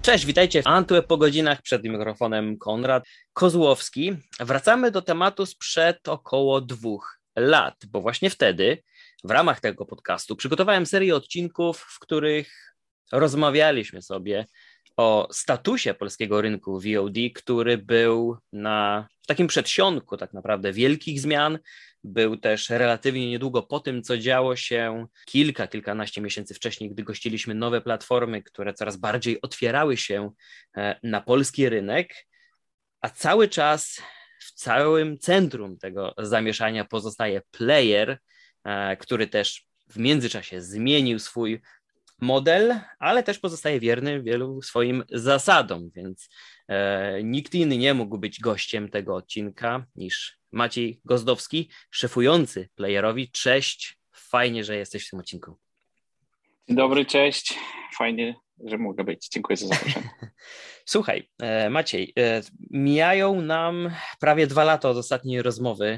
Cześć, witajcie w Antweb po godzinach, przed mikrofonem Konrad Kozłowski. Wracamy do tematu sprzed około 2 lat, bo właśnie wtedy w ramach tego podcastu przygotowałem serię odcinków, w których rozmawialiśmy sobie o statusie polskiego rynku VOD, który był w takim przedsionku tak naprawdę wielkich zmian. Był też relatywnie niedługo po tym, co działo się kilkanaście miesięcy wcześniej, gdy gościliśmy nowe platformy, które coraz bardziej otwierały się na polski rynek, a cały czas w całym centrum tego zamieszania pozostaje player, który też w międzyczasie zmienił swój model, ale też pozostaje wierny wielu swoim zasadom, więc nikt inny nie mógł być gościem tego odcinka niż Maciej Gozdowski, szefujący Playerowi. Cześć, fajnie, że jesteś w tym odcinku. Dzień dobry, cześć. Fajnie, że mogę być. Dziękuję za zaproszenie. Słuchaj, Maciej, mijają nam prawie 2 lata od ostatniej rozmowy.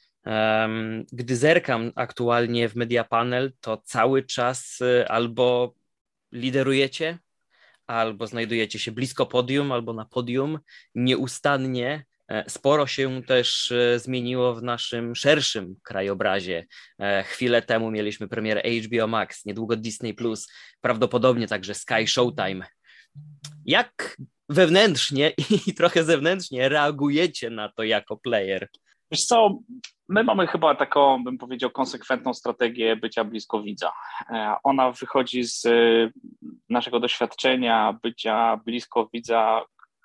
Gdy zerkam aktualnie w Mediapanel, to cały czas albo liderujecie, albo znajdujecie się blisko podium, albo na podium nieustannie. Sporo się też zmieniło w naszym szerszym krajobrazie. Chwilę temu mieliśmy premierę HBO Max, niedługo Disney+, prawdopodobnie także Sky Showtime. Jak wewnętrznie i trochę zewnętrznie reagujecie na to jako player? Wiesz co, my mamy chyba taką, bym powiedział, konsekwentną strategię bycia blisko widza. Ona wychodzi z naszego doświadczenia bycia blisko widza,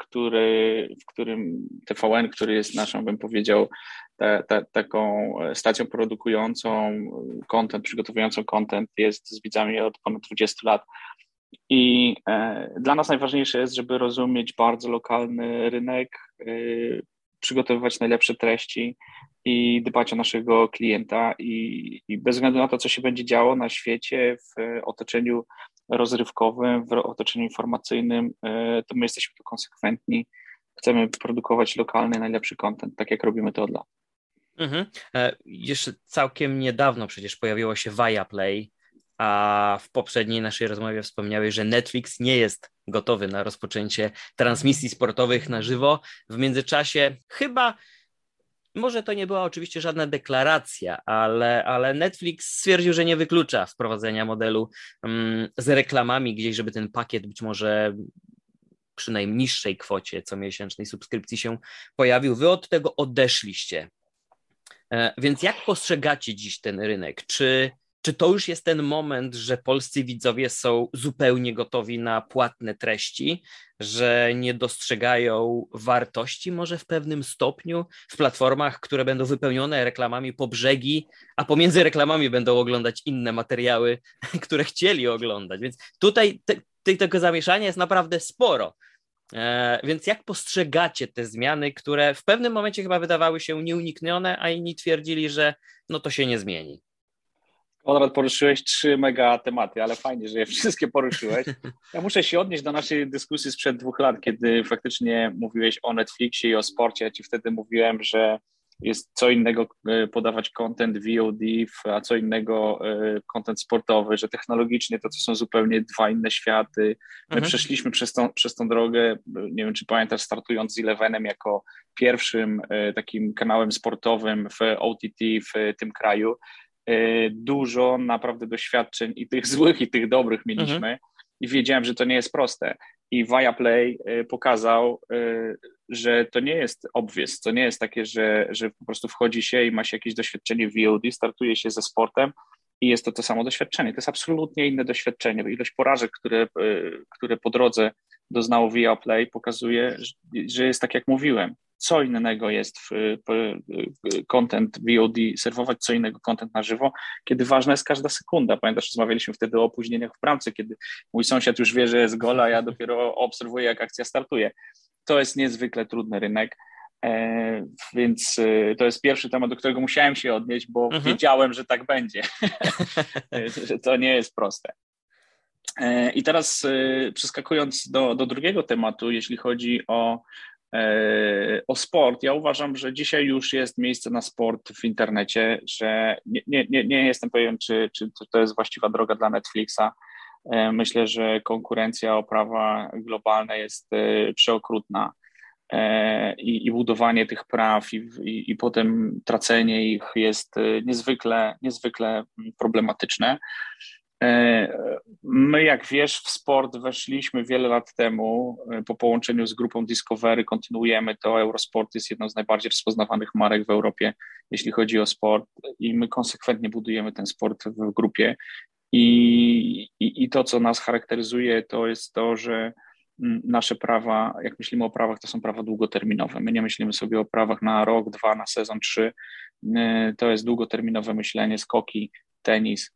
w którym TVN, który jest naszą, bym powiedział, taką stacją produkującą content, przygotowującą content, jest z widzami od ponad 20 lat. I dla nas najważniejsze jest, żeby rozumieć bardzo lokalny rynek, przygotowywać najlepsze treści i dbać o naszego klienta i bez względu na to, co się będzie działo na świecie, w otoczeniu rozrywkowym, w otoczeniu informacyjnym, to my jesteśmy tu konsekwentni. Chcemy produkować lokalny, najlepszy content, tak jak robimy to od lat. Jeszcze całkiem niedawno przecież pojawiło się Viaplay, a w poprzedniej naszej rozmowie wspomniałeś, że Netflix nie jest gotowy na rozpoczęcie transmisji sportowych na żywo. W międzyczasie chyba, może to nie była oczywiście żadna deklaracja, ale Netflix stwierdził, że nie wyklucza wprowadzenia modelu z reklamami gdzieś, żeby ten pakiet być może przy najniższej kwocie comiesięcznej subskrypcji się pojawił. Wy od tego odeszliście. Więc jak postrzegacie dziś ten rynek? Czy to już jest ten moment, że polscy widzowie są zupełnie gotowi na płatne treści, że nie dostrzegają wartości może w pewnym stopniu w platformach, które będą wypełnione reklamami po brzegi, a pomiędzy reklamami będą oglądać inne materiały, które chcieli oglądać. Więc tutaj tego zamieszania jest naprawdę sporo. Więc jak postrzegacie te zmiany, które w pewnym momencie chyba wydawały się nieuniknione, a inni twierdzili, że no to się nie zmieni? Konrad, poruszyłeś 3 mega tematy, ale fajnie, że je wszystkie poruszyłeś. Ja muszę się odnieść do naszej dyskusji sprzed 2 lat, kiedy faktycznie mówiłeś o Netflixie i o sporcie. Ja ci wtedy mówiłem, że jest co innego podawać content VOD, a co innego content sportowy, że technologicznie to są zupełnie 2 inne światy. My przeszliśmy przez tą drogę, nie wiem, czy pamiętasz, startując z Elevenem jako pierwszym takim kanałem sportowym w OTT w tym kraju. Dużo naprawdę doświadczeń i tych złych, i tych dobrych mieliśmy i wiedziałem, że to nie jest proste. I Viaplay pokazał, że to nie jest obvious, to nie jest takie, że po prostu wchodzi się i ma się jakieś doświadczenie w VOD, startuje się ze sportem i jest to samo doświadczenie. To jest absolutnie inne doświadczenie. Ilość porażek, które po drodze doznało Viaplay, pokazuje, że jest tak, jak mówiłem. Co innego jest content VOD, serwować co innego content na żywo, kiedy ważna jest każda sekunda. Pamiętasz, rozmawialiśmy wtedy o opóźnieniach w bramce, kiedy mój sąsiad już wie, że jest gol, a ja dopiero obserwuję, jak akcja startuje. To jest niezwykle trudny rynek, więc to jest pierwszy temat, do którego musiałem się odnieść, bo wiedziałem, że tak będzie, że to nie jest proste. I teraz przeskakując do drugiego tematu, jeśli chodzi o sport, ja uważam, że dzisiaj już jest miejsce na sport w internecie, że nie jestem pewien, czy to jest właściwa droga dla Netflixa, Myślę, że konkurencja o prawa globalne jest przeokrutna i budowanie tych praw i potem tracenie ich jest niezwykle problematyczne. My, jak wiesz, w sport weszliśmy wiele lat temu po połączeniu z grupą Discovery, kontynuujemy to. Eurosport jest jedną z najbardziej rozpoznawanych marek w Europie, jeśli chodzi o sport, i my konsekwentnie budujemy ten sport w grupie. I to, co nas charakteryzuje, to jest to, że nasze prawa, jak myślimy o prawach, to są prawa długoterminowe. My nie myślimy sobie o prawach na rok, 2, na sezon, 3. To jest długoterminowe myślenie, skoki, tenis.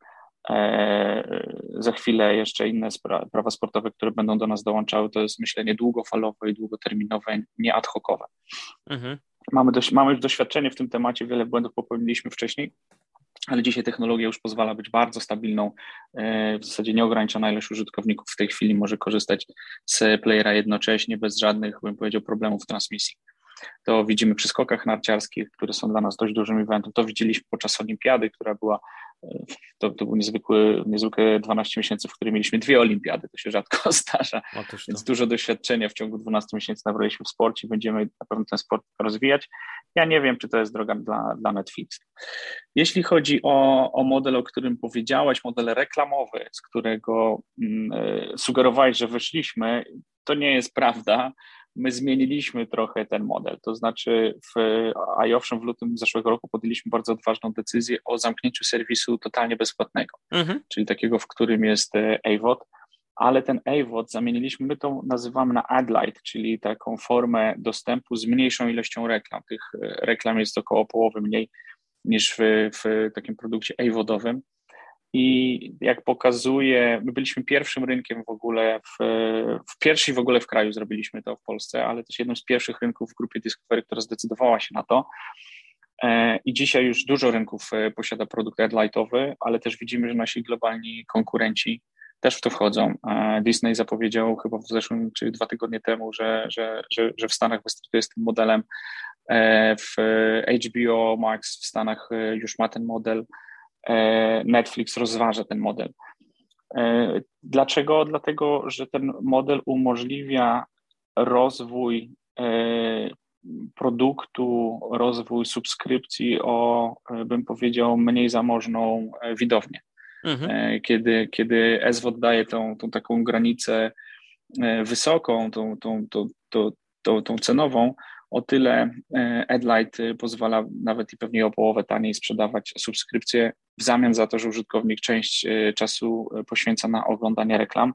Za chwilę jeszcze inne prawa sportowe, które będą do nas dołączały, to jest myślenie długofalowe i długoterminowe, nie ad hocowe. Mhm. Mamy już doświadczenie w tym temacie, wiele błędów popełniliśmy wcześniej, ale dzisiaj technologia już pozwala być bardzo stabilną, w zasadzie nieograniczona ilość użytkowników w tej chwili może korzystać z playera jednocześnie, bez żadnych, bym powiedział, problemów w transmisji. To widzimy przy skokach narciarskich, które są dla nas dość dużym eventem. To widzieliśmy podczas olimpiady, która była, to był niezwykłe 12 miesięcy, w których mieliśmy 2 olimpiady. To się rzadko zdarza, więc dużo doświadczenia w ciągu 12 miesięcy nabraliśmy w sporcie. Będziemy na pewno ten sport rozwijać. Ja nie wiem, czy to jest droga dla Netflix. Jeśli chodzi o model, o którym powiedziałaś, model reklamowy, z którego sugerowałeś, że wyszliśmy, to nie jest prawda. My zmieniliśmy trochę ten model, to znaczy owszem, w lutym zeszłego roku podjęliśmy bardzo odważną decyzję o zamknięciu serwisu totalnie bezpłatnego, czyli takiego, w którym jest AVOD, ale ten AVOD zamieniliśmy, my to nazywamy na AdLite, czyli taką formę dostępu z mniejszą ilością reklam. Tych reklam jest około połowy mniej niż w takim produkcie AVODowym. I jak pokazuje, my byliśmy pierwszym rynkiem w ogóle, pierwsi w ogóle w kraju zrobiliśmy to w Polsce, ale też jednym z pierwszych rynków w grupie Discovery, która zdecydowała się na to. I dzisiaj już dużo rynków posiada produkt AdLite'owy, ale też widzimy, że nasi globalni konkurenci też w to wchodzą. Disney zapowiedział chyba w zeszłym, czy 2 tygodnie temu, że w Stanach wystartuje z tym modelem. W HBO Max w Stanach już ma ten model. Netflix rozważa ten model. Dlaczego? Dlatego, że ten model umożliwia rozwój produktu, rozwój subskrypcji o, bym powiedział, mniej zamożną widownię. Kiedy SVOD daje tą taką granicę wysoką, tą cenową, o tyle AdLite pozwala nawet i pewnie o połowę taniej sprzedawać subskrypcje w zamian za to, że użytkownik część czasu poświęca na oglądanie reklam.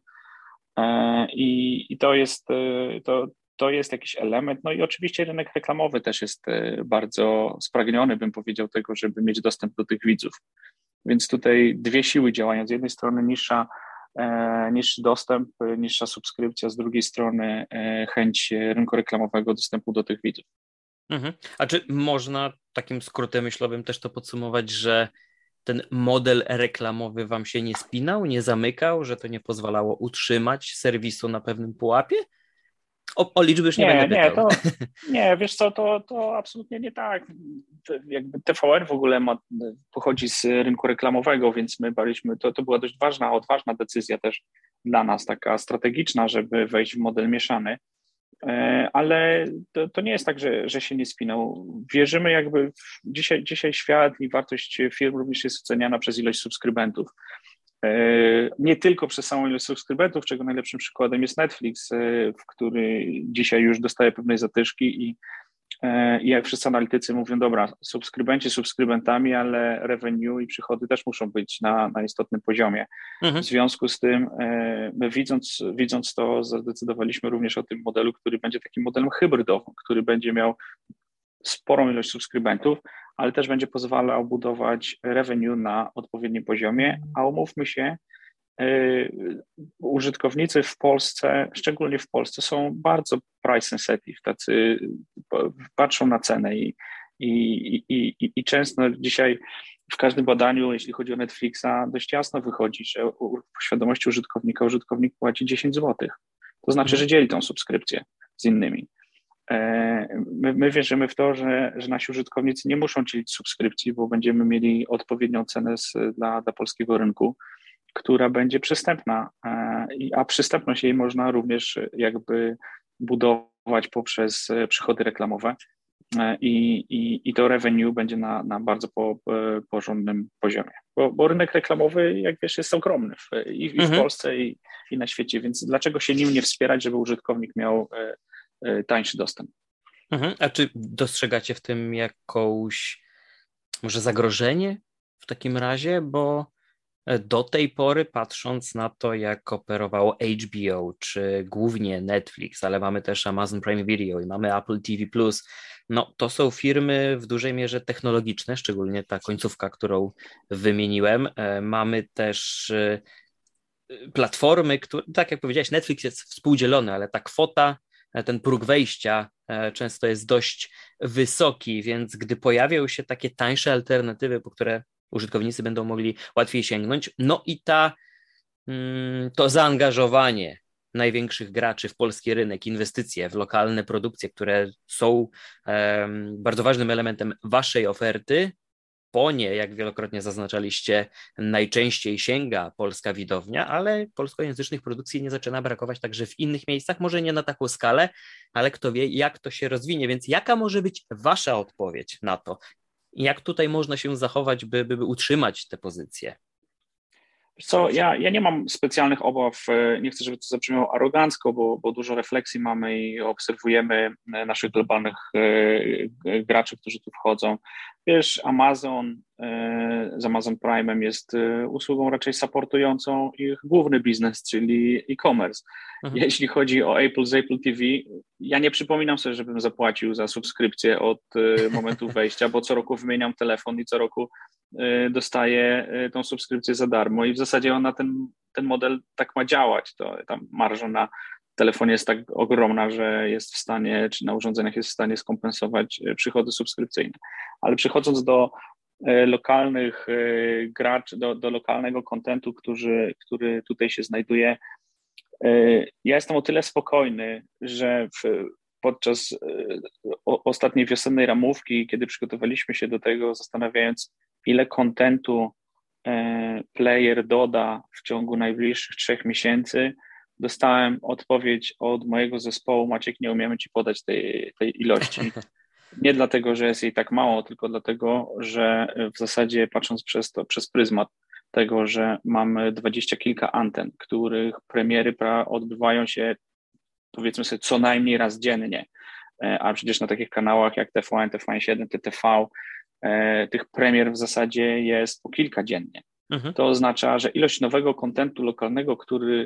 I to jest jakiś element. No i oczywiście rynek reklamowy też jest bardzo spragniony, bym powiedział, tego, żeby mieć dostęp do tych widzów. Więc tutaj 2 siły działają. Z jednej strony niższy dostęp, niższa subskrypcja, z drugiej strony chęć rynku reklamowego dostępu do tych widzów. A czy można takim skrótem myślowym też to podsumować, że ten model reklamowy wam się nie spinał, nie zamykał, że to nie pozwalało utrzymać serwisu na pewnym pułapie? O liczby już nie będę pytał. Nie, wiesz co, to absolutnie nie tak. Jakby TVN w ogóle pochodzi z rynku reklamowego, więc my braliśmy, to była dość ważna, odważna decyzja też dla nas, taka strategiczna, żeby wejść w model mieszany. Ale to nie jest tak, że się nie spinał. Wierzymy jakby, dzisiaj świat i wartość firm również jest oceniana przez ilość subskrybentów. Nie tylko przez samą ilość subskrybentów, czego najlepszym przykładem jest Netflix, który dzisiaj już dostaje pewnej zatyszki i jak wszyscy analitycy mówią, dobra, subskrybenci subskrybentami, ale revenue i przychody też muszą być na istotnym poziomie. W związku z tym my widząc to, zdecydowaliśmy również o tym modelu, który będzie takim modelem hybrydowym, który będzie miał sporą ilość subskrybentów, ale też będzie pozwalał budować revenue na odpowiednim poziomie, a umówmy się, użytkownicy w Polsce, szczególnie w Polsce, są bardzo price sensitive, tacy patrzą na cenę i często dzisiaj w każdym badaniu, jeśli chodzi o Netflixa, dość jasno wychodzi, że w świadomości użytkownik płaci 10 zł. To znaczy, że dzieli tą subskrypcję z innymi. My wierzymy w to, że nasi użytkownicy nie muszą dzielić subskrypcji, bo będziemy mieli odpowiednią cenę dla polskiego rynku. która będzie przystępna, a przystępność jej można również jakby budować poprzez przychody reklamowe i to revenue będzie na bardzo porządnym poziomie, bo rynek reklamowy, jak wiesz, jest ogromny i w Polsce i na świecie, więc dlaczego się nim nie wspierać, żeby użytkownik miał tańszy dostęp? A czy dostrzegacie w tym jakąś może zagrożenie w takim razie, bo do tej pory, patrząc na to, jak operowało HBO, czy głównie Netflix, ale mamy też Amazon Prime Video i mamy Apple TV+, no to są firmy w dużej mierze technologiczne, szczególnie ta końcówka, którą wymieniłem. Mamy też platformy, które, tak jak powiedziałeś, Netflix jest współdzielony, ale ta kwota, ten próg wejścia często jest dość wysoki, więc gdy pojawią się takie tańsze alternatywy, po które użytkownicy będą mogli łatwiej sięgnąć, no i to zaangażowanie największych graczy w polski rynek, inwestycje w lokalne produkcje, które są bardzo ważnym elementem waszej oferty, po nie, jak wielokrotnie zaznaczaliście, najczęściej sięga polska widownia, ale polskojęzycznych produkcji nie zaczyna brakować także w innych miejscach, może nie na taką skalę, ale kto wie, jak to się rozwinie, więc jaka może być wasza odpowiedź na to? Jak tutaj można się zachować, by utrzymać te pozycje? Wiesz co, ja nie mam specjalnych obaw, nie chcę, żeby to zabrzmiało arogancko, bo dużo refleksji mamy i obserwujemy naszych globalnych graczy, którzy tu wchodzą. Wiesz, Amazon z Amazon Prime'em jest usługą raczej supportującą ich główny biznes, czyli e-commerce. Jeśli chodzi o Apple z Apple TV, ja nie przypominam sobie, żebym zapłacił za subskrypcję od momentu wejścia, bo co roku wymieniam telefon i co roku dostaję tą subskrypcję za darmo i w zasadzie ona ten model tak ma działać. To tam marża na telefonie jest tak ogromna, że jest w stanie, czy na urządzeniach jest w stanie skompensować przychody subskrypcyjne. Ale przechodząc do lokalnych graczy, do lokalnego kontentu, który tutaj się znajduje, ja jestem o tyle spokojny, że podczas ostatniej wiosennej ramówki, kiedy przygotowaliśmy się do tego, zastanawiając, ile kontentu player doda w ciągu najbliższych 3 miesięcy, dostałem odpowiedź od mojego zespołu: Maciek, nie umiemy ci podać tej ilości. Nie dlatego, że jest jej tak mało, tylko dlatego, że w zasadzie patrząc przez pryzmat tego, że mamy 20 kilka anten, których premiery odbywają się, powiedzmy sobie, co najmniej raz dziennie, a przecież na takich kanałach jak TVN, TVN7, TTV tych premier w zasadzie jest po kilka dziennie. To oznacza, że ilość nowego kontentu lokalnego, który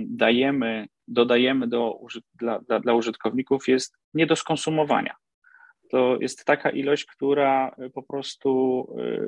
dodajemy dla użytkowników, jest nie do skonsumowania. To jest taka ilość, która po prostu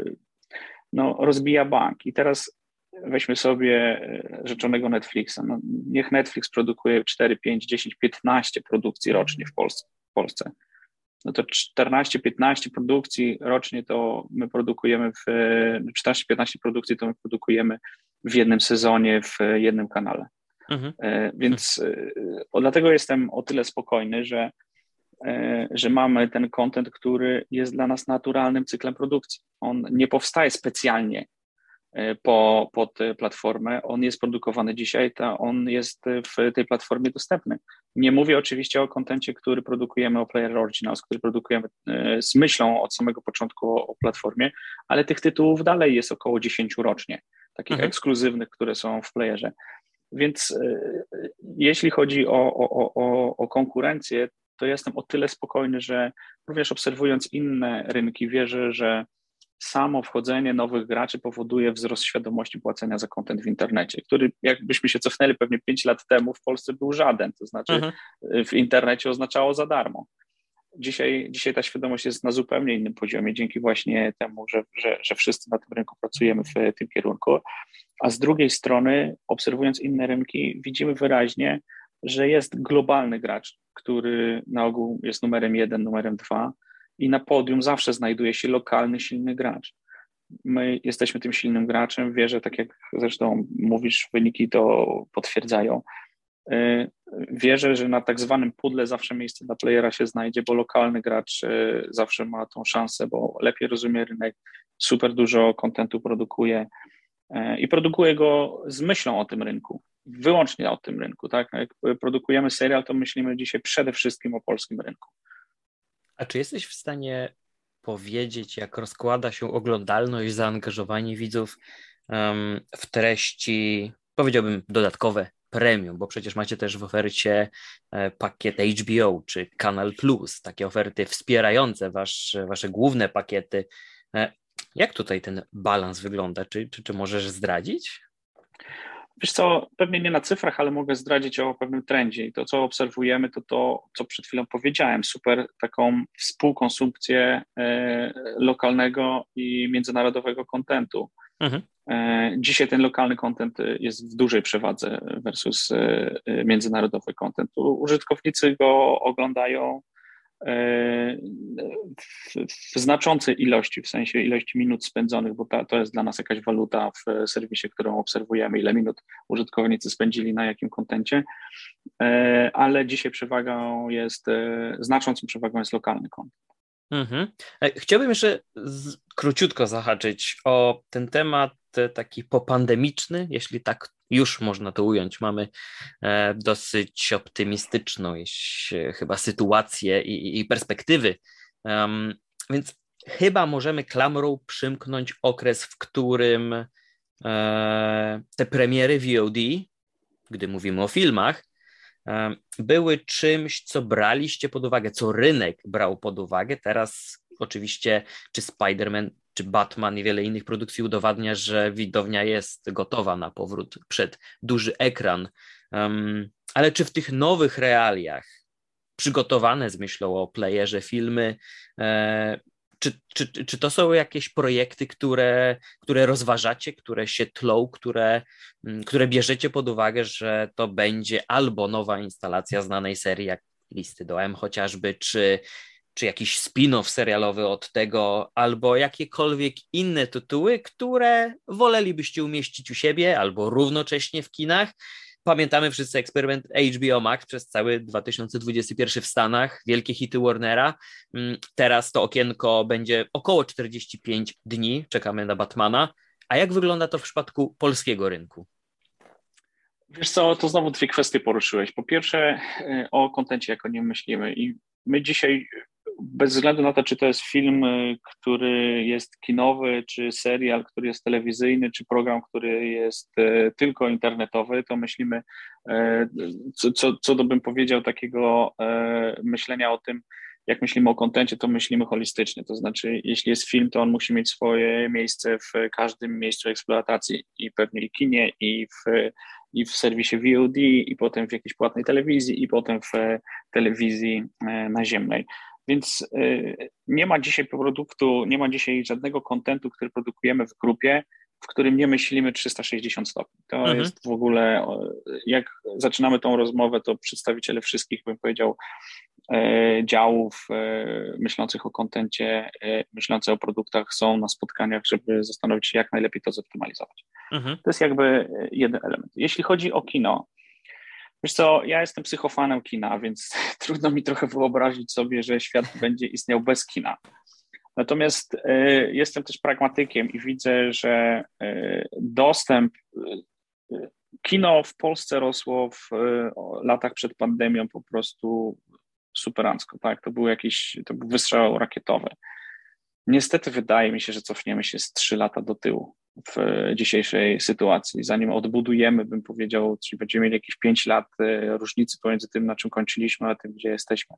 rozbija bank. I teraz weźmy sobie rzeczonego Netflixa. No, niech Netflix produkuje 4, 5, 10, 15 produkcji rocznie w Polsce. No to 14-15 produkcji rocznie to my produkujemy 14-15 produkcji to my produkujemy w jednym sezonie, w jednym kanale. Więc dlatego jestem o tyle spokojny, że mamy ten content, który jest dla nas naturalnym cyklem produkcji. On nie powstaje specjalnie pod platformę, on jest produkowany dzisiaj, on jest w tej platformie dostępny. Nie mówię oczywiście o kontencie, który produkujemy, o Player Originals, który produkujemy z myślą od samego początku o platformie, ale tych tytułów dalej jest około 10 rocznie, takich ekskluzywnych, które są w playerze. Więc jeśli chodzi o konkurencję, to jestem o tyle spokojny, że również obserwując inne rynki, wierzę, że samo wchodzenie nowych graczy powoduje wzrost świadomości płacenia za content w internecie, który, jakbyśmy się cofnęli pewnie 5 lat temu, w Polsce był żaden, to znaczy w internecie oznaczało za darmo. Dzisiaj ta świadomość jest na zupełnie innym poziomie, dzięki właśnie temu, że wszyscy na tym rynku pracujemy w tym kierunku, a z drugiej strony, obserwując inne rynki, widzimy wyraźnie, że jest globalny gracz, który na ogół jest numerem 1, numerem 2 i na podium zawsze znajduje się lokalny, silny gracz. My jesteśmy tym silnym graczem, wierzę, tak jak zresztą mówisz, wyniki to potwierdzają. Wierzę, że na tak zwanym pudle zawsze miejsce dla playera się znajdzie, bo lokalny gracz zawsze ma tą szansę, bo lepiej rozumie rynek, super dużo kontentu produkuje i produkuję go z myślą o tym rynku, wyłącznie o tym rynku, tak? Jak produkujemy serial, to myślimy dzisiaj przede wszystkim o polskim rynku. A czy jesteś w stanie powiedzieć, jak rozkłada się oglądalność, zaangażowanie widzów w treści, powiedziałbym, dodatkowe premium, bo przecież macie też w ofercie pakiet HBO czy Kanal Plus, takie oferty wspierające wasze główne pakiety. Jak tutaj ten balans wygląda? Czy możesz zdradzić? Wiesz co, pewnie nie na cyfrach, ale mogę zdradzić o pewnym trendzie i to, co obserwujemy, to, co przed chwilą powiedziałem, super taką współkonsumpcję lokalnego i międzynarodowego kontentu. Mhm. Dzisiaj ten lokalny content jest w dużej przewadze versus międzynarodowy content. Użytkownicy go oglądają w znaczącej ilości, w sensie ilości minut spędzonych, bo to jest dla nas jakaś waluta w serwisie, którą obserwujemy, ile minut użytkownicy spędzili na jakim kontencie, ale dzisiaj znaczącą przewagą jest lokalny content. Mhm. Chciałbym jeszcze króciutko zahaczyć o ten temat taki popandemiczny, jeśli tak już można to ująć. Mamy dosyć optymistyczną chyba sytuację i perspektywy, więc chyba możemy klamrą przymknąć okres, w którym te premiery VOD, gdy mówimy o filmach, były czymś, co braliście pod uwagę, co rynek brał pod uwagę. Teraz oczywiście czy Spider-Man, czy Batman i wiele innych produkcji udowadnia, że widownia jest gotowa na powrót przed duży ekran. Ale czy w tych nowych realiach przygotowane z myślą o playerze filmy, czy to są jakieś projekty, które rozważacie, które się tlą, które bierzecie pod uwagę, że to będzie albo nowa instalacja znanej serii, jak Listy do M chociażby, czy jakiś spin-off serialowy od tego, albo jakiekolwiek inne tytuły, które wolelibyście umieścić u siebie albo równocześnie w kinach? Pamiętamy wszyscy eksperyment HBO Max przez cały 2021 w Stanach, wielkie hity Warnera. Teraz to okienko będzie około 45 dni, czekamy na Batmana. A jak wygląda to w przypadku polskiego rynku? Wiesz co, to znowu dwie kwestie poruszyłeś. Po pierwsze, o kontencie, jak o nim myślimy. I my dzisiaj, bez względu na to, czy to jest film, który jest kinowy, czy serial, który jest telewizyjny, czy program, który jest tylko internetowy, to myślimy, co bym powiedział, takiego myślenia o tym, jak myślimy o kontencie, to myślimy holistycznie. To znaczy, jeśli jest film, to on musi mieć swoje miejsce w każdym miejscu eksploatacji i pewnie i kinie, i w serwisie VOD, i potem w jakiejś płatnej telewizji, i potem w telewizji naziemnej. Więc nie ma dzisiaj żadnego kontentu, który produkujemy w grupie, w którym nie myślimy 360 stopni. To jest w ogóle, jak zaczynamy tą rozmowę, to przedstawiciele wszystkich, bym powiedział, działów myślących o kontencie, myślących o produktach są na spotkaniach, żeby zastanowić się, jak najlepiej to zoptymalizować. To jest jakby jeden element. Jeśli chodzi o kino, wiesz co, ja jestem psychofanem kina, więc trudno mi trochę wyobrazić sobie, że świat będzie istniał bez kina. Natomiast jestem też pragmatykiem i widzę, że kino w Polsce rosło w latach przed pandemią po prostu superancko, tak? To był wystrzał rakietowy. Niestety wydaje mi się, że cofniemy się z 3 lata do tyłu w dzisiejszej sytuacji. Zanim odbudujemy, bym powiedział, czyli będziemy mieli jakieś 5 lat różnicy pomiędzy tym, na czym kończyliśmy, a tym, gdzie jesteśmy.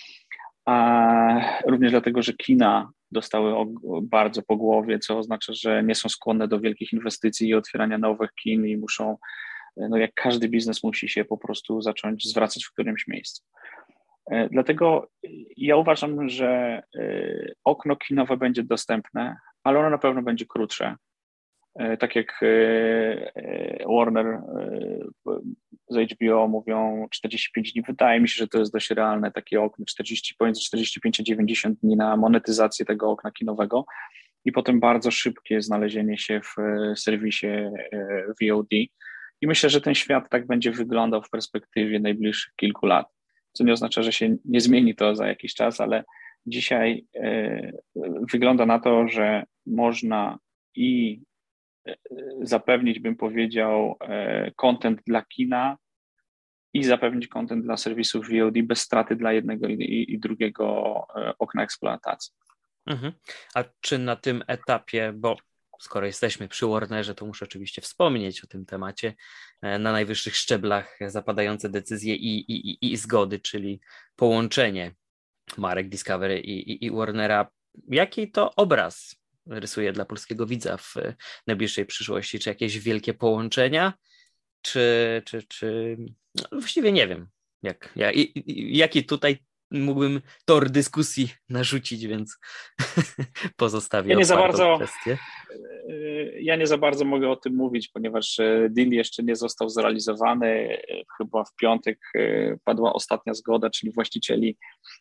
A również dlatego, że kina dostały bardzo po głowie, co oznacza, że nie są skłonne do wielkich inwestycji i otwierania nowych kin i muszą, no jak każdy biznes, musi się po prostu zacząć zwracać w którymś miejscu. Dlatego ja uważam, że okno kinowe będzie dostępne, ale ono na pewno będzie krótsze. Tak jak Warner z HBO mówią 45 dni, wydaje mi się, że to jest dość realne takie okno, pomiędzy 45 a 90 dni na monetyzację tego okna kinowego i potem bardzo szybkie znalezienie się w serwisie VOD. I myślę, że ten świat tak będzie wyglądał w perspektywie najbliższych kilku lat, co nie oznacza, że się nie zmieni to za jakiś czas, ale dzisiaj wygląda na to, że można i zapewnić, bym powiedział, content dla kina i zapewnić content dla serwisów VOD bez straty dla jednego i drugiego okna eksploatacji. A czy na tym etapie, bo skoro jesteśmy przy Warnerze, to muszę oczywiście wspomnieć o tym temacie, na najwyższych szczeblach zapadające decyzje i zgody, czyli połączenie marek Discovery i Warnera. Jaki to obraz rysuje dla polskiego widza w najbliższej przyszłości? Czy jakieś wielkie połączenia? Czy no właściwie nie wiem, jaki tutaj mógłbym tor dyskusji narzucić, więc pozostawię otwartą kwestię. Ja nie za bardzo mogę o tym mówić, ponieważ deal jeszcze nie został zrealizowany. Chyba w piątek padła ostatnia zgoda, czyli właścicieli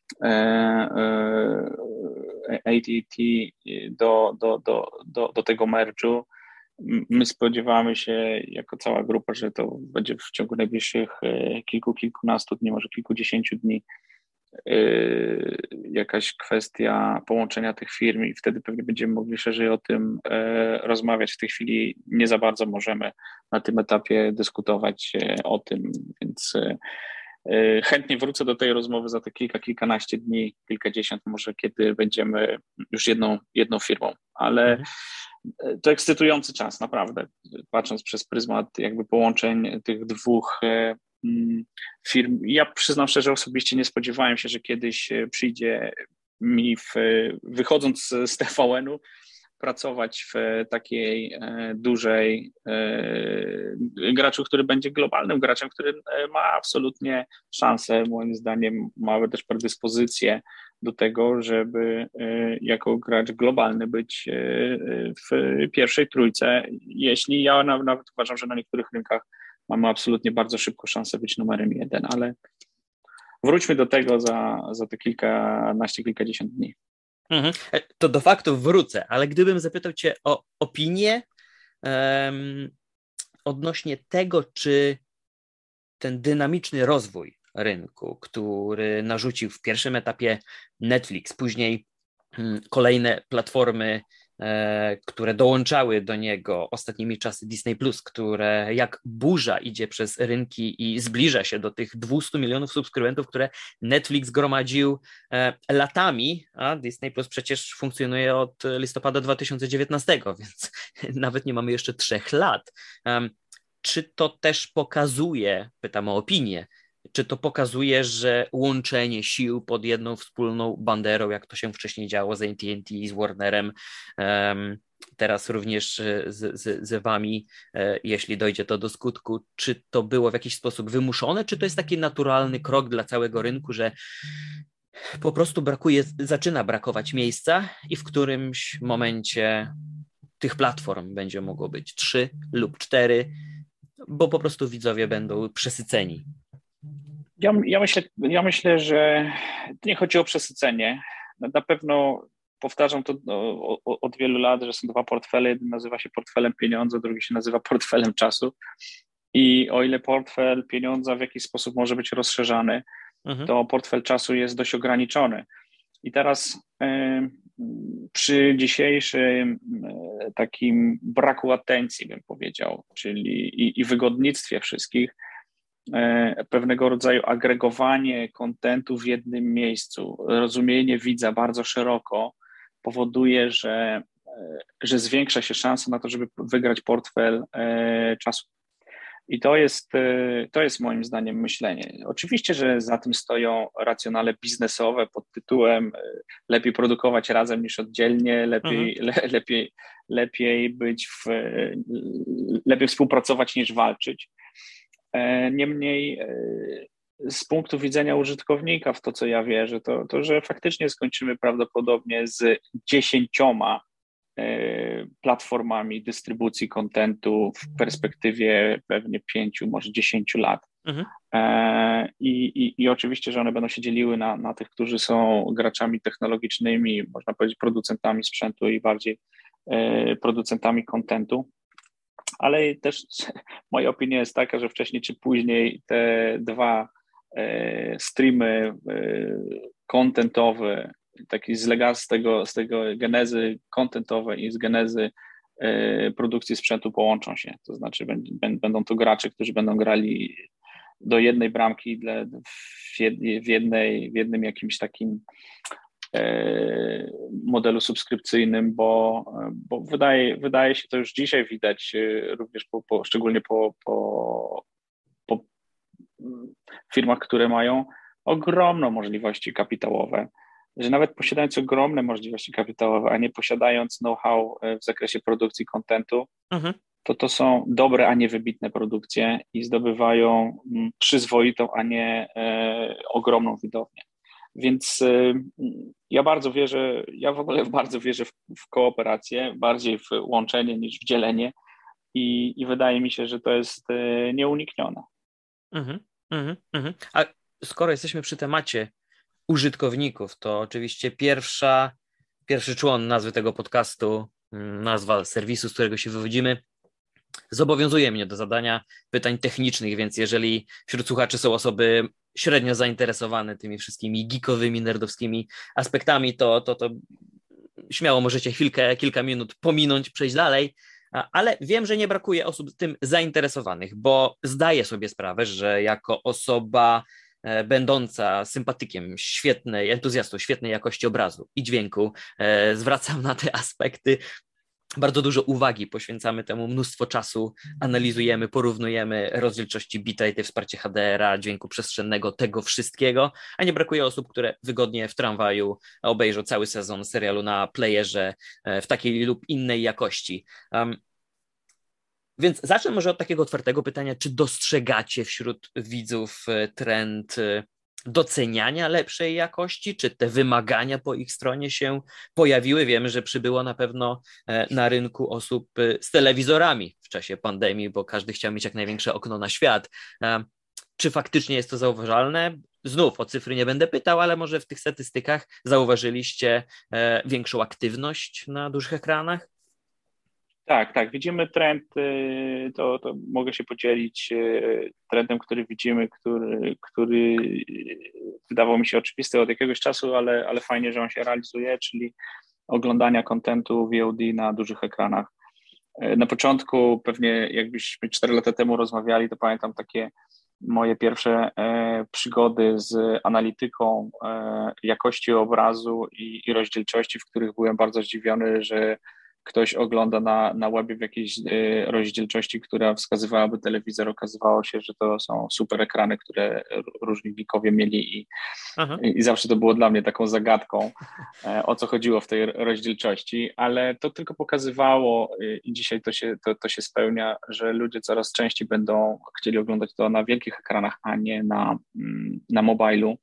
AT&T do tego merge'u. My spodziewamy się jako cała grupa, że to będzie w ciągu najbliższych kilkunastu dni, może kilkudziesięciu dni jakaś kwestia połączenia tych firm i wtedy pewnie będziemy mogli szerzej o tym rozmawiać. W tej chwili nie za bardzo możemy na tym etapie dyskutować o tym, więc chętnie wrócę do tej rozmowy za te kilkanaście dni, kilkadziesiąt może, kiedy będziemy już jedną firmą, ale to ekscytujący czas, naprawdę, patrząc przez pryzmat jakby połączeń tych dwóch firm. Ja przyznam szczerze, osobiście nie spodziewałem się, że kiedyś przyjdzie mi, wychodząc z TVN-u, pracować w takiej dużej graczu, który będzie globalnym graczem, który ma absolutnie szansę, moim zdaniem ma też predyspozycję do tego, żeby jako gracz globalny być w pierwszej trójce, jeśli ja nawet uważam, że na niektórych rynkach mamy absolutnie bardzo szybko szansę być numerem 1, ale wróćmy do tego za te kilkadziesiąt dni. To do faktów wrócę, ale gdybym zapytał Cię o opinię odnośnie tego, czy ten dynamiczny rozwój rynku, który narzucił w pierwszym etapie Netflix, później kolejne platformy, które dołączały do niego ostatnimi czasy, Disney+, które jak burza idzie przez rynki i zbliża się do tych 200 milionów subskrybentów, które Netflix gromadził latami, a Disney+ przecież funkcjonuje od listopada 2019, więc nawet nie mamy jeszcze 3 lat. Czy to też pokazuje, pytam o opinię, czy to pokazuje, że łączenie sił pod jedną wspólną banderą, jak to się wcześniej działo z AT&T i z Warnerem, teraz również z wami, jeśli dojdzie to do skutku, czy to było w jakiś sposób wymuszone, czy to jest taki naturalny krok dla całego rynku, że po prostu zaczyna brakować miejsca i w którymś momencie tych platform będzie mogło być 3 lub 4, bo po prostu widzowie będą przesyceni. Ja myślę, że nie chodzi o przesycenie. Na pewno powtarzam to od wielu lat, że są 2 portfele. Jeden nazywa się portfelem pieniądza, drugi się nazywa portfelem czasu. I o ile portfel pieniądza w jakiś sposób może być rozszerzany, to portfel czasu jest dość ograniczony. I teraz przy dzisiejszym takim braku atencji, bym powiedział, czyli i wygodnictwie wszystkich, pewnego rodzaju agregowanie kontentu w jednym miejscu, rozumienie widza bardzo szeroko powoduje, że zwiększa się szansa na to, żeby wygrać portfel czasu. I to jest moim zdaniem myślenie. Oczywiście, że za tym stoją racjonale biznesowe pod tytułem lepiej produkować razem niż oddzielnie, lepiej lepiej współpracować niż walczyć. Niemniej z punktu widzenia użytkownika, w to co ja wierzę, to że faktycznie skończymy prawdopodobnie z 10 platformami dystrybucji kontentu w perspektywie pewnie 5, może 10 lat. I oczywiście, że one będą się dzieliły na tych, którzy są graczami technologicznymi, można powiedzieć producentami sprzętu i bardziej producentami kontentu. Ale też moja opinia jest taka, że wcześniej czy później te 2 streamy contentowe, taki z tego genezy contentowej i z genezy produkcji sprzętu połączą się. To znaczy będą to gracze, którzy będą grali do jednej bramki w jednym jakimś takim modelu subskrypcyjnym, bo wydaje się, to już dzisiaj widać, również szczególnie po firmach, które mają ogromne możliwości kapitałowe, że nawet posiadając ogromne możliwości kapitałowe, a nie posiadając know-how w zakresie produkcji kontentu, to są dobre, a nie wybitne produkcje i zdobywają przyzwoitą, a nie ogromną widownię. Więc ja w ogóle bardzo wierzę w kooperację, bardziej w łączenie niż w dzielenie i wydaje mi się, że to jest nieuniknione. A skoro jesteśmy przy temacie użytkowników, to oczywiście pierwszy człon nazwy tego podcastu, nazwa serwisu, z którego się wywodzimy, zobowiązuje mnie do zadania pytań technicznych, więc jeżeli wśród słuchaczy są osoby średnio zainteresowane tymi wszystkimi geekowymi, nerdowskimi aspektami, to śmiało możecie kilka minut pominąć, przejść dalej, ale wiem, że nie brakuje osób tym zainteresowanych, bo zdaję sobie sprawę, że jako osoba będąca sympatykiem entuzjastą świetnej jakości obrazu i dźwięku, zwracam na te aspekty bardzo dużo uwagi, poświęcamy temu mnóstwo czasu, analizujemy, porównujemy rozdzielczości bitrate, wsparcie HDR-a, dźwięku przestrzennego, tego wszystkiego, a nie brakuje osób, które wygodnie w tramwaju obejrzą cały sezon serialu na playerze w takiej lub innej jakości. Więc zacznę może od takiego otwartego pytania, czy dostrzegacie wśród widzów trend doceniania lepszej jakości, czy te wymagania po ich stronie się pojawiły? Wiemy, że przybyło na pewno na rynku osób z telewizorami w czasie pandemii, bo każdy chciał mieć jak największe okno na świat. Czy faktycznie jest to zauważalne? Znów o cyfry nie będę pytał, ale może w tych statystykach zauważyliście większą aktywność na dużych ekranach? Tak, widzimy trend, to mogę się podzielić trendem, który widzimy, który wydawał mi się oczywisty od jakiegoś czasu, ale fajnie, że on się realizuje, czyli oglądania kontentu VOD na dużych ekranach. Na początku, pewnie jakbyśmy 4 lata temu rozmawiali, to pamiętam takie moje pierwsze przygody z analityką jakości obrazu i rozdzielczości, w których byłem bardzo zdziwiony, że ktoś ogląda na webie w jakiejś rozdzielczości, która wskazywałaby telewizor. Okazywało się, że to są super ekrany, które różni geekowie mieli i zawsze to było dla mnie taką zagadką, o co chodziło w tej rozdzielczości, ale to tylko pokazywało i dzisiaj to się spełnia, że ludzie coraz częściej będą chcieli oglądać to na wielkich ekranach, a nie na mobilu.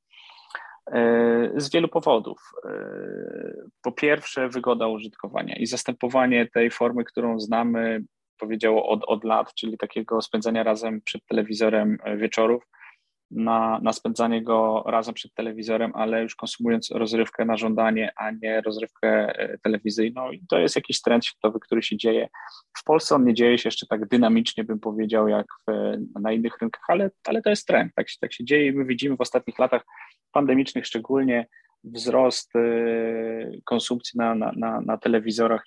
Z wielu powodów. Po pierwsze, wygoda użytkowania i zastępowanie tej formy, którą znamy, powiedziało od lat, czyli takiego spędzania razem przed telewizorem wieczorów, na spędzanie go razem przed telewizorem, ale już konsumując rozrywkę na żądanie, a nie rozrywkę telewizyjną. I to jest jakiś trend światowy, który się dzieje. W Polsce on nie dzieje się jeszcze tak dynamicznie, bym powiedział, jak na innych rynkach, ale to jest trend. Tak się dzieje i my widzimy w ostatnich latach pandemicznych szczególnie wzrost konsumpcji na telewizorach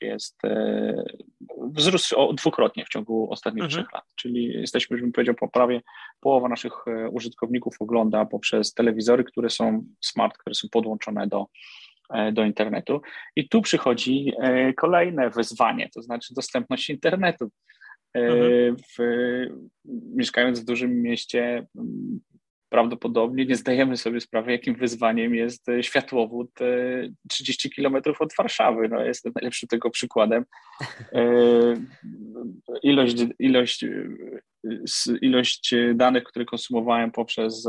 wzrósł dwukrotnie w ciągu ostatnich 3 lat, czyli jesteśmy, bym powiedział, prawie połowa naszych użytkowników ogląda poprzez telewizory, które są smart, które są podłączone do internetu. I tu przychodzi kolejne wyzwanie, to znaczy dostępność internetu. Mieszkając w dużym mieście, prawdopodobnie nie zdajemy sobie sprawy, jakim wyzwaniem jest światłowód 30 kilometrów od Warszawy. No, jestem najlepszym tego przykładem. Ilość danych, które konsumowałem poprzez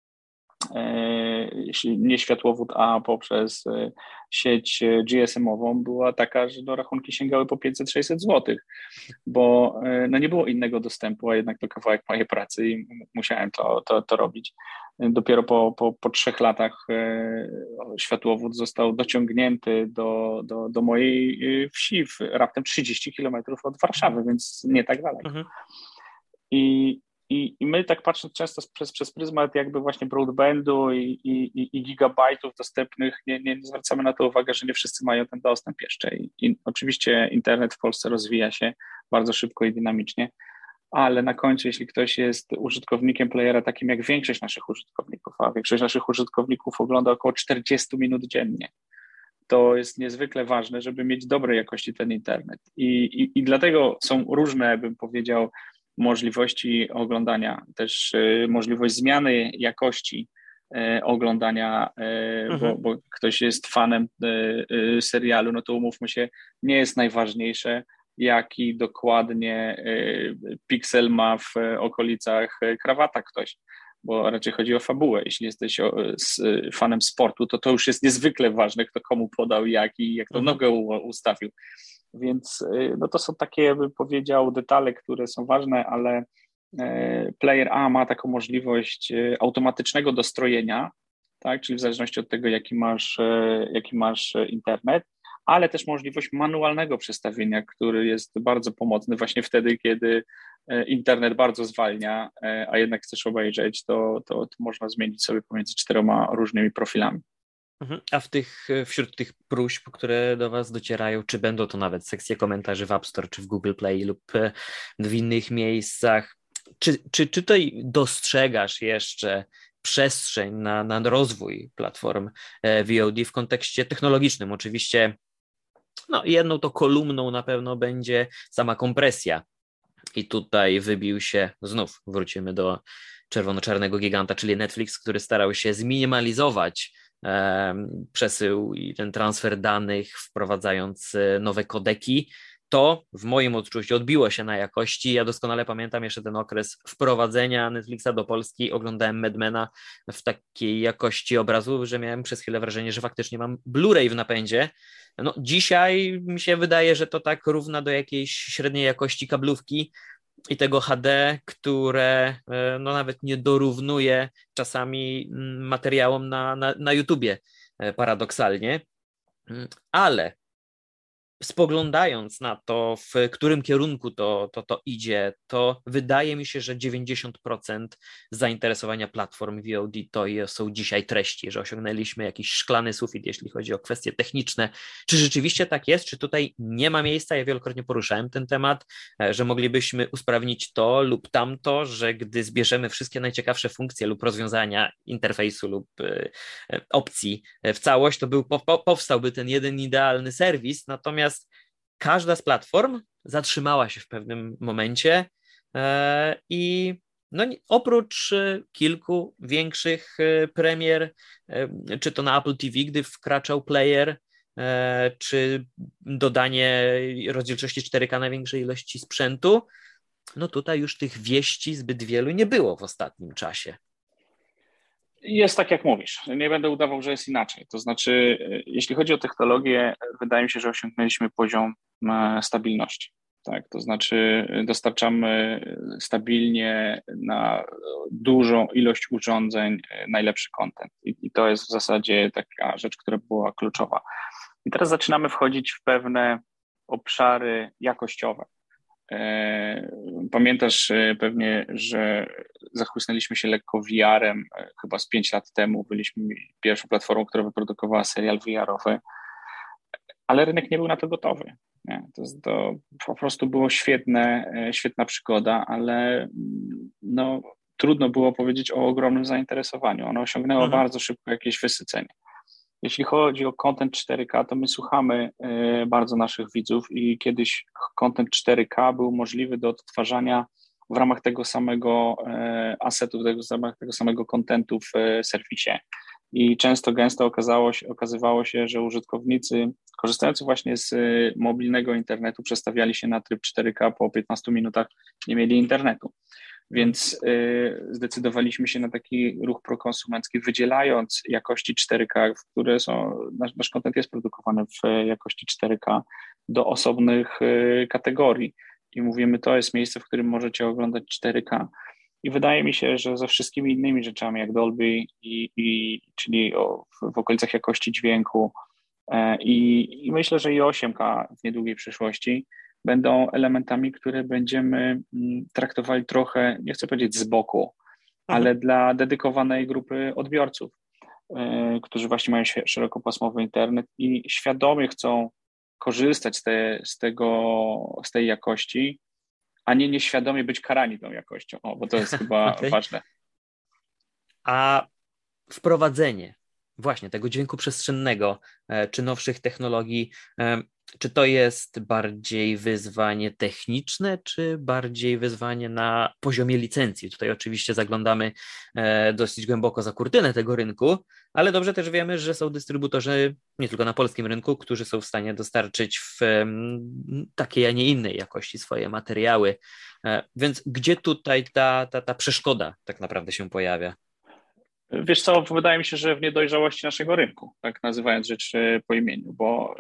nie światłowód, a poprzez sieć GSM-ową była taka, że rachunki sięgały po 500-600 zł, bo nie było innego dostępu, a jednak to kawałek mojej pracy i musiałem to robić. Dopiero po 3 latach światłowód został dociągnięty do mojej wsi, raptem 30 kilometrów od Warszawy, więc nie tak daleko. I I my tak patrząc często przez pryzmat jakby właśnie broadbandu i gigabajtów dostępnych, nie zwracamy na to uwagę, że nie wszyscy mają ten dostęp jeszcze. I oczywiście internet w Polsce rozwija się bardzo szybko i dynamicznie, ale na końcu, jeśli ktoś jest użytkownikiem playera takim jak większość naszych użytkowników, a większość naszych użytkowników ogląda około 40 minut dziennie, to jest niezwykle ważne, żeby mieć dobrej jakości ten internet. I dlatego są różne, bym powiedział, możliwości oglądania, też możliwość zmiany jakości oglądania, bo ktoś jest fanem serialu, no to umówmy się, nie jest najważniejsze, jaki dokładnie piksel ma w okolicach krawata ktoś, bo raczej chodzi o fabułę. Jeśli jesteś fanem sportu, to już jest niezwykle ważne, kto komu podał jak tą nogę ustawił. Więc no to są takie, bym powiedział, detale, które są ważne, ale Player A ma taką możliwość automatycznego dostrojenia, tak, czyli w zależności od tego, jaki masz internet, ale też możliwość manualnego przestawienia, który jest bardzo pomocny właśnie wtedy, kiedy internet bardzo zwalnia, a jednak chcesz obejrzeć, to można zmienić sobie pomiędzy 4 różnymi profilami. A wśród tych próśb, które do Was docierają, czy będą to nawet sekcje komentarzy w App Store, czy w Google Play lub w innych miejscach, czy tutaj dostrzegasz jeszcze przestrzeń na rozwój platform VOD w kontekście technologicznym? Oczywiście jedną to kolumną na pewno będzie sama kompresja i tutaj wybił się, znów wrócimy do czerwono-czarnego giganta, czyli Netflix, który starał się zminimalizować przesył i ten transfer danych, wprowadzając nowe kodeki. To w moim odczuciu odbiło się na jakości. Ja doskonale pamiętam jeszcze ten okres wprowadzenia Netflixa do Polski. Oglądałem Madmana w takiej jakości obrazu, że miałem przez chwilę wrażenie, że faktycznie mam Blu-ray w napędzie. Dzisiaj mi się wydaje, że to tak równa do jakiejś średniej jakości kablówki i tego HD, które nawet nie dorównuje czasami materiałom na YouTubie, paradoksalnie. Ale spoglądając na to, w którym kierunku to idzie, to wydaje mi się, że 90% zainteresowania platform VOD to są dzisiaj treści, że osiągnęliśmy jakiś szklany sufit, jeśli chodzi o kwestie techniczne. Czy rzeczywiście tak jest? Czy tutaj nie ma miejsca? Ja wielokrotnie poruszałem ten temat, że moglibyśmy usprawnić to lub tamto, że gdy zbierzemy wszystkie najciekawsze funkcje lub rozwiązania interfejsu lub opcji w całość, to powstałby ten jeden idealny serwis, natomiast każda z platform zatrzymała się w pewnym momencie i oprócz kilku większych premier, czy to na Apple TV, gdy wkraczał player, czy dodanie rozdzielczości 4K na większej ilości sprzętu, tutaj już tych wieści zbyt wielu nie było w ostatnim czasie. Jest tak, jak mówisz. Nie będę udawał, że jest inaczej. To znaczy, jeśli chodzi o technologię, wydaje mi się, że osiągnęliśmy poziom stabilności. Tak? To znaczy, dostarczamy stabilnie na dużą ilość urządzeń najlepszy content. I to jest w zasadzie taka rzecz, która była kluczowa. I teraz zaczynamy wchodzić w pewne obszary jakościowe. Pamiętasz pewnie, że zachłysnęliśmy się lekko VR-em chyba z 5 lat temu. Byliśmy pierwszą platformą, która wyprodukowała serial VR-owy, ale rynek nie był na to gotowy. Nie? To po prostu było świetna przygoda, ale trudno było powiedzieć o ogromnym zainteresowaniu. Ono osiągnęło bardzo szybko jakieś wysycenie. Jeśli chodzi o content 4K, to my słuchamy bardzo naszych widzów i kiedyś content 4K był możliwy do odtwarzania w ramach tego samego assetu, w ramach tego samego contentu w serwisie. I często, gęsto okazywało się, że użytkownicy korzystający właśnie z mobilnego internetu przestawiali się na tryb 4K, po 15 minutach nie mieli internetu. Więc zdecydowaliśmy się na taki ruch prokonsumencki, wydzielając jakości 4K, które nasz content jest produkowany w jakości 4K do osobnych kategorii. I mówimy, to jest miejsce, w którym możecie oglądać 4K. I wydaje mi się, że ze wszystkimi innymi rzeczami, jak Dolby, czyli w okolicach jakości dźwięku i myślę, że i 8K w niedługiej przyszłości, będą elementami, które będziemy traktowali trochę, nie chcę powiedzieć z boku, ale dla dedykowanej grupy odbiorców, którzy właśnie mają szerokopasmowy internet i świadomie chcą korzystać z tej jakości, a nie nieświadomie być karani tą jakością, bo to jest chyba ważne. A wprowadzenie właśnie tego dźwięku przestrzennego czy nowszych technologii, czy to jest bardziej wyzwanie techniczne, czy bardziej wyzwanie na poziomie licencji? Tutaj oczywiście zaglądamy dosyć głęboko za kurtynę tego rynku, ale dobrze też wiemy, że są dystrybutorzy nie tylko na polskim rynku, którzy są w stanie dostarczyć w takiej, a nie innej jakości swoje materiały. Więc gdzie tutaj ta przeszkoda tak naprawdę się pojawia? Wiesz co, wydaje mi się, że w niedojrzałości naszego rynku, tak nazywając rzeczy po imieniu, bo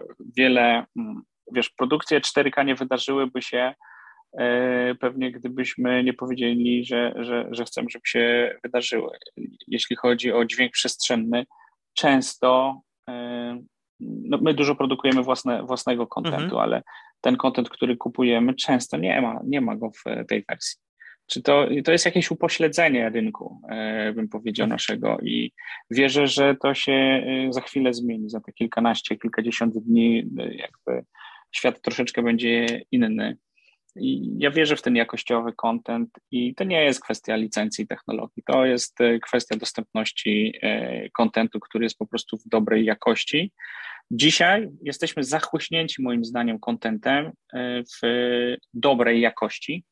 produkcje 4K nie wydarzyłyby się pewnie, gdybyśmy nie powiedzieli, że chcemy, żeby się wydarzyły. Jeśli chodzi o dźwięk przestrzenny, często my dużo produkujemy własnego kontentu, ale ten kontent, który kupujemy, często nie ma go w tej wersji. Czy to jest jakieś upośledzenie rynku, bym powiedział, naszego i wierzę, że to się za chwilę zmieni, za te kilkadziesiąt dni jakby świat troszeczkę będzie inny. I ja wierzę w ten jakościowy content i to nie jest kwestia licencji technologii, to jest kwestia dostępności contentu, który jest po prostu w dobrej jakości. Dzisiaj jesteśmy zachłyśnięci moim zdaniem contentem w dobrej jakości,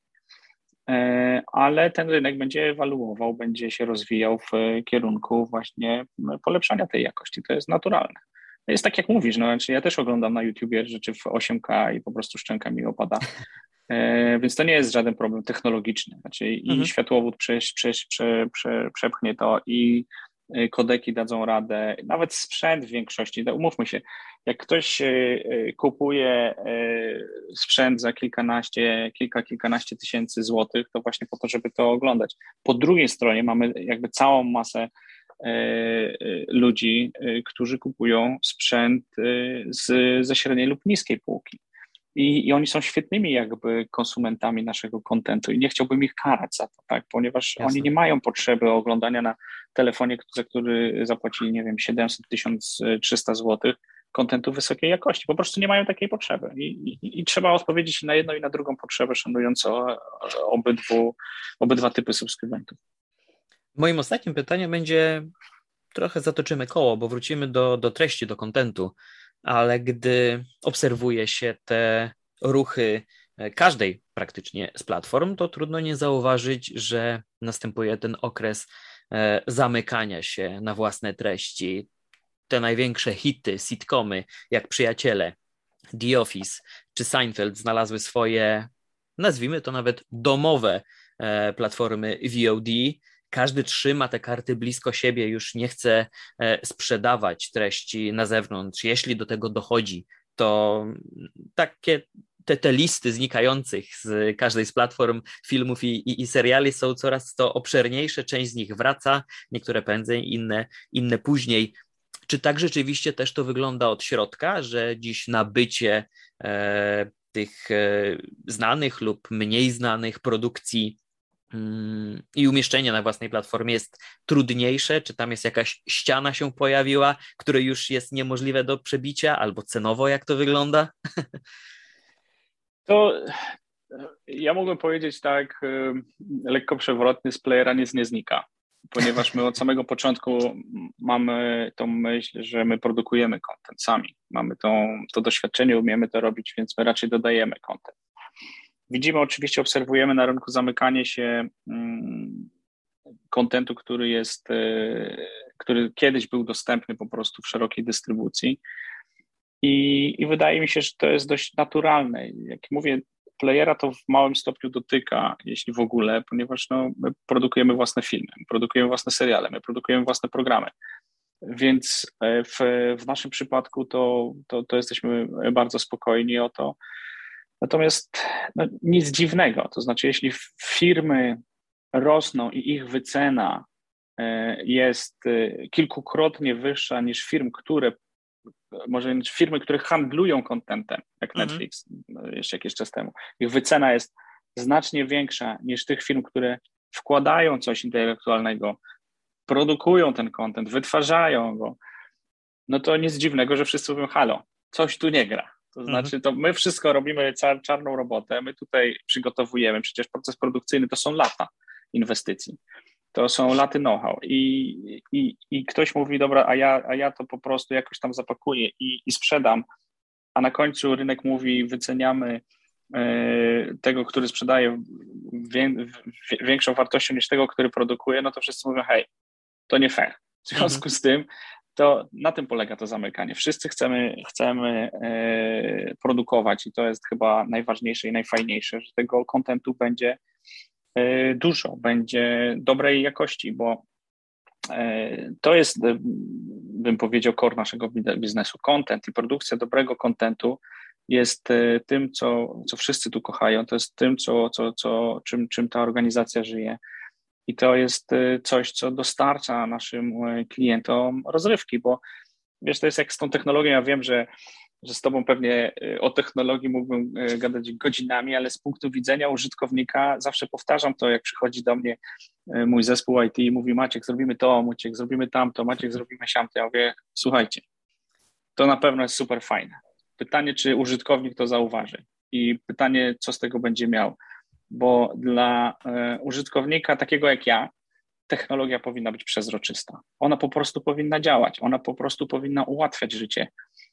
ale ten rynek będzie ewoluował, będzie się rozwijał w kierunku właśnie polepszania tej jakości. To jest naturalne. Jest tak, jak mówisz, znaczy ja też oglądam na YouTubie rzeczy w 8K i po prostu szczęka mi opada, więc to nie jest żaden problem technologiczny. Znaczy i światłowód przepchnie to i kodeki dadzą radę, nawet sprzęt w większości, umówmy się, jak ktoś kupuje sprzęt za kilkanaście tysięcy złotych, to właśnie po to, żeby to oglądać. Po drugiej stronie mamy jakby całą masę ludzi, którzy kupują sprzęt ze średniej lub niskiej półki. I oni są świetnymi jakby konsumentami naszego kontentu i nie chciałbym ich karać za to, tak? Ponieważ oni nie mają potrzeby oglądania na telefonie, za który zapłacili, nie wiem, 700-1300 zł, kontentu wysokiej jakości. Po prostu nie mają takiej potrzeby i trzeba odpowiedzieć na jedną i na drugą potrzebę, szanując obydwa typy subskrybentów. Moim ostatnim pytaniem będzie, trochę zatoczymy koło, bo wrócimy do treści, do kontentu, ale gdy obserwuje się te ruchy każdej praktycznie z platform, to trudno nie zauważyć, że następuje ten okres zamykania się na własne treści. Te największe hity, sitcomy, jak Przyjaciele, The Office czy Seinfeld znalazły swoje, nazwijmy to nawet domowe platformy VOD. Każdy trzyma te karty blisko siebie, już nie chce sprzedawać treści na zewnątrz. Jeśli do tego dochodzi, to takie te listy znikających z każdej z platform filmów i seriali są coraz to obszerniejsze. Część z nich wraca, niektóre prędzej, inne później. Czy tak rzeczywiście też to wygląda od środka, że dziś nabycie tych znanych lub mniej znanych produkcji i umieszczenie na własnej platformie jest trudniejsze? Czy tam jest jakaś ściana się pojawiła, która już jest niemożliwe do przebicia, albo cenowo jak to wygląda? To ja mógłbym powiedzieć tak lekko przewrotnie, z playera nic nie znika, ponieważ my od samego początku mamy tą myśl, że my produkujemy content sami. Mamy to doświadczenie, umiemy to robić, więc my raczej dodajemy content. Widzimy, oczywiście obserwujemy na rynku zamykanie się kontentu, który kiedyś był dostępny po prostu w szerokiej dystrybucji i wydaje mi się, że to jest dość naturalne. Jak mówię, playera to w małym stopniu dotyka, jeśli w ogóle, ponieważ my produkujemy własne filmy, produkujemy własne seriale, my produkujemy własne programy. Więc w naszym przypadku to jesteśmy bardzo spokojni o to. Natomiast nic dziwnego, to znaczy jeśli firmy rosną i ich wycena jest kilkukrotnie wyższa niż firm, które może firmy, które handlują contentem, jak Netflix jeszcze jakiś czas temu. Ich wycena jest znacznie większa niż tych firm, które wkładają coś intelektualnego, produkują ten content, wytwarzają go. No to nic dziwnego, że wszyscy mówią, halo, coś tu nie gra. To znaczy, to my wszystko robimy czarną robotę, my tutaj przygotowujemy, przecież proces produkcyjny to są lata inwestycji, to są laty know-how i ktoś mówi, dobra, a ja to po prostu jakoś tam zapakuję i sprzedam, a na końcu rynek mówi, wyceniamy tego, który sprzedaje większą wartością niż tego, który produkuje, no to wszyscy mówią, hej, to nie fair. W związku z tym to na tym polega to zamykanie. Wszyscy chcemy produkować i to jest chyba najważniejsze i najfajniejsze, że tego kontentu będzie dużo, będzie dobrej jakości, bo to jest, bym powiedział, core naszego biznesu. Content i produkcja dobrego contentu jest tym, co wszyscy tu kochają, to jest tym, czym ta organizacja żyje. I to jest coś, co dostarcza naszym klientom rozrywki, bo wiesz, to jest jak z tą technologią, ja wiem, że z tobą pewnie o technologii mógłbym gadać godzinami, ale z punktu widzenia użytkownika zawsze powtarzam to, jak przychodzi do mnie mój zespół IT i mówi, Maciek, zrobimy to, Maciek, zrobimy tamto, Maciek, zrobimy siamto. Ja mówię, słuchajcie, to na pewno jest super fajne. Pytanie, czy użytkownik to zauważy i pytanie, co z tego będzie miał, bo dla użytkownika takiego jak ja, technologia powinna być przezroczysta. Ona po prostu powinna działać, ona po prostu powinna ułatwiać życie.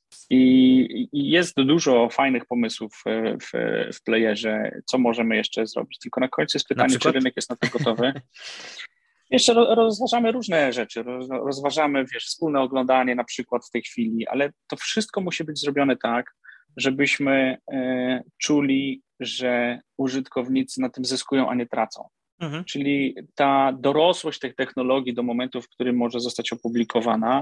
I jest dużo fajnych pomysłów w playerze, co możemy jeszcze zrobić. Tylko na końcu jest pytanie, czy rynek jest na to gotowy. Jeszcze rozważamy różne rzeczy, rozważamy, wiesz, wspólne oglądanie na przykład w tej chwili, ale to wszystko musi być zrobione tak, żebyśmy czuli, że użytkownicy na tym zyskują, a nie tracą. Czyli ta dorosłość tych technologii do momentu, w którym może zostać opublikowana,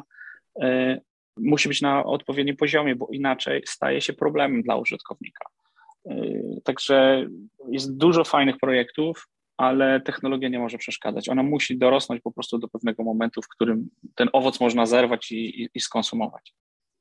musi być na odpowiednim poziomie, bo inaczej staje się problemem dla użytkownika. Także jest dużo fajnych projektów, ale technologia nie może przeszkadzać. Ona musi dorosnąć po prostu do pewnego momentu, w którym ten owoc można zerwać i skonsumować.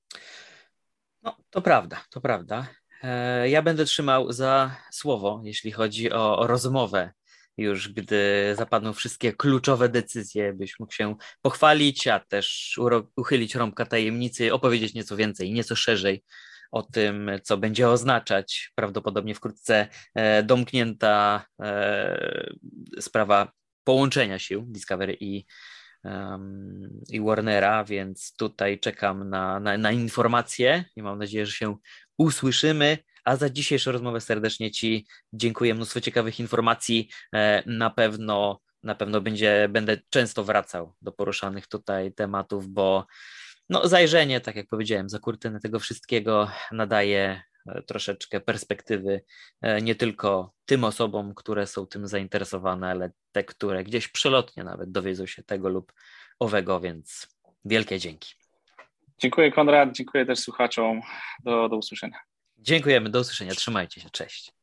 No, to prawda, to prawda. Ja będę trzymał za słowo, jeśli chodzi o rozmowę, już gdy zapadną wszystkie kluczowe decyzje, byś mógł się pochwalić, a też uchylić rąbka tajemnicy, opowiedzieć nieco więcej, nieco szerzej o tym, co będzie oznaczać prawdopodobnie wkrótce domknięta sprawa połączenia sił Discovery i Warnera, więc tutaj czekam na informacje i mam nadzieję, że się usłyszymy, a za dzisiejszą rozmowę serdecznie Ci dziękuję, mnóstwo ciekawych informacji, na pewno będę często wracał do poruszanych tutaj tematów, bo no, zajrzenie, tak jak powiedziałem, za kurtynę tego wszystkiego nadaje troszeczkę perspektywy nie tylko tym osobom, które są tym zainteresowane, ale te, które gdzieś przelotnie nawet dowiedzą się tego lub owego, więc wielkie dzięki. Dziękuję Konrad, dziękuję też słuchaczom. Do usłyszenia. Dziękujemy, do usłyszenia, trzymajcie się, cześć.